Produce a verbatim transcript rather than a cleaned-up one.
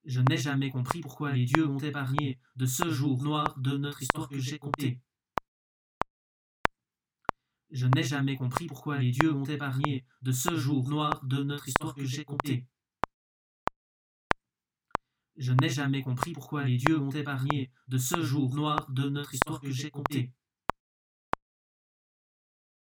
Je n'ai jamais compris pourquoi les dieux m'ont épargné de ce jour noir de notre histoire que j'ai compté. Je n'ai jamais compris pourquoi les dieux m'ont épargné de ce jour noir de notre histoire que j'ai compté. Je n'ai jamais compris pourquoi les dieux m'ont épargné de ce jour noir de notre histoire que j'ai compté.